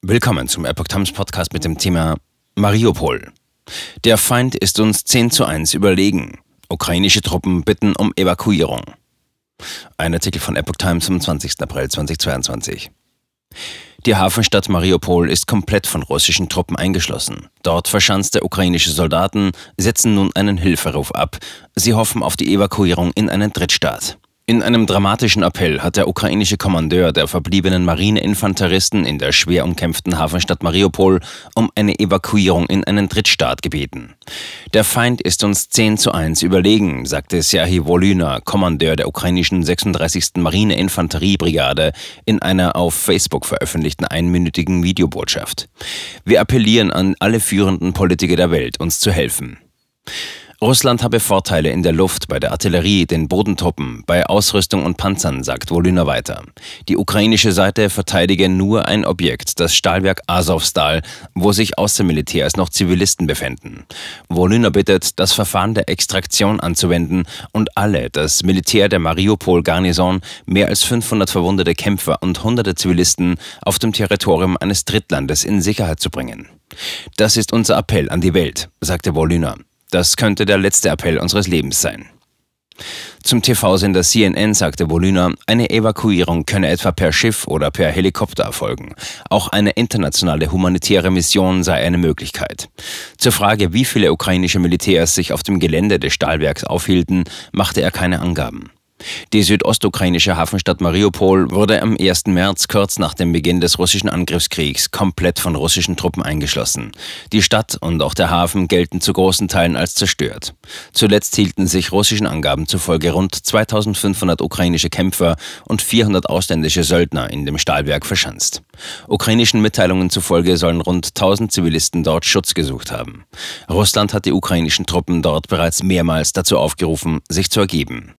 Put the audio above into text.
Willkommen zum Epoch Times Podcast mit dem Thema Mariupol. Der Feind ist uns 10:1 überlegen. Ukrainische Truppen bitten um Evakuierung. Ein Artikel von Epoch Times vom 20. April 2022. Die Hafenstadt Mariupol ist komplett von russischen Truppen eingeschlossen. Dort verschanzte ukrainische Soldaten setzen nun einen Hilferuf ab. Sie hoffen auf die Evakuierung in einen Drittstaat. In einem dramatischen Appell hat der ukrainische Kommandeur der verbliebenen Marineinfanteristen in der schwer umkämpften Hafenstadt Mariupol um eine Evakuierung in einen Drittstaat gebeten. Der Feind ist uns 10:1 überlegen, sagte Serhij Wolyna, Kommandeur der ukrainischen 36. Marineinfanteriebrigade, in einer auf Facebook veröffentlichten einminütigen Videobotschaft. Wir appellieren an alle führenden Politiker der Welt, uns zu helfen. Russland habe Vorteile in der Luft, bei der Artillerie, den Bodentruppen, bei Ausrüstung und Panzern, sagt Wolyna weiter. Die ukrainische Seite verteidige nur ein Objekt, das Stahlwerk Azovstal, wo sich außer Militärs noch Zivilisten befänden. Wolyna bittet, das Verfahren der Extraktion anzuwenden und das Militär der Mariupol-Garnison, mehr als 500 verwundete Kämpfer und hunderte Zivilisten auf dem Territorium eines Drittlandes in Sicherheit zu bringen. Das ist unser Appell an die Welt, sagte Wolyna. Das könnte der letzte Appell unseres Lebens sein. Zum TV-Sender CNN sagte Wolyna, eine Evakuierung könne etwa per Schiff oder per Helikopter erfolgen. Auch eine internationale humanitäre Mission sei eine Möglichkeit. Zur Frage, wie viele ukrainische Militärs sich auf dem Gelände des Stahlwerks aufhielten, machte er keine Angaben. Die südostukrainische Hafenstadt Mariupol wurde am 1. März, kurz nach dem Beginn des russischen Angriffskriegs, komplett von russischen Truppen eingeschlossen. Die Stadt und auch der Hafen gelten zu großen Teilen als zerstört. Zuletzt hielten sich russischen Angaben zufolge rund 2500 ukrainische Kämpfer und 400 ausländische Söldner in dem Stahlwerk verschanzt. Ukrainischen Mitteilungen zufolge sollen rund 1000 Zivilisten dort Schutz gesucht haben. Russland hat die ukrainischen Truppen dort bereits mehrmals dazu aufgerufen, sich zu ergeben.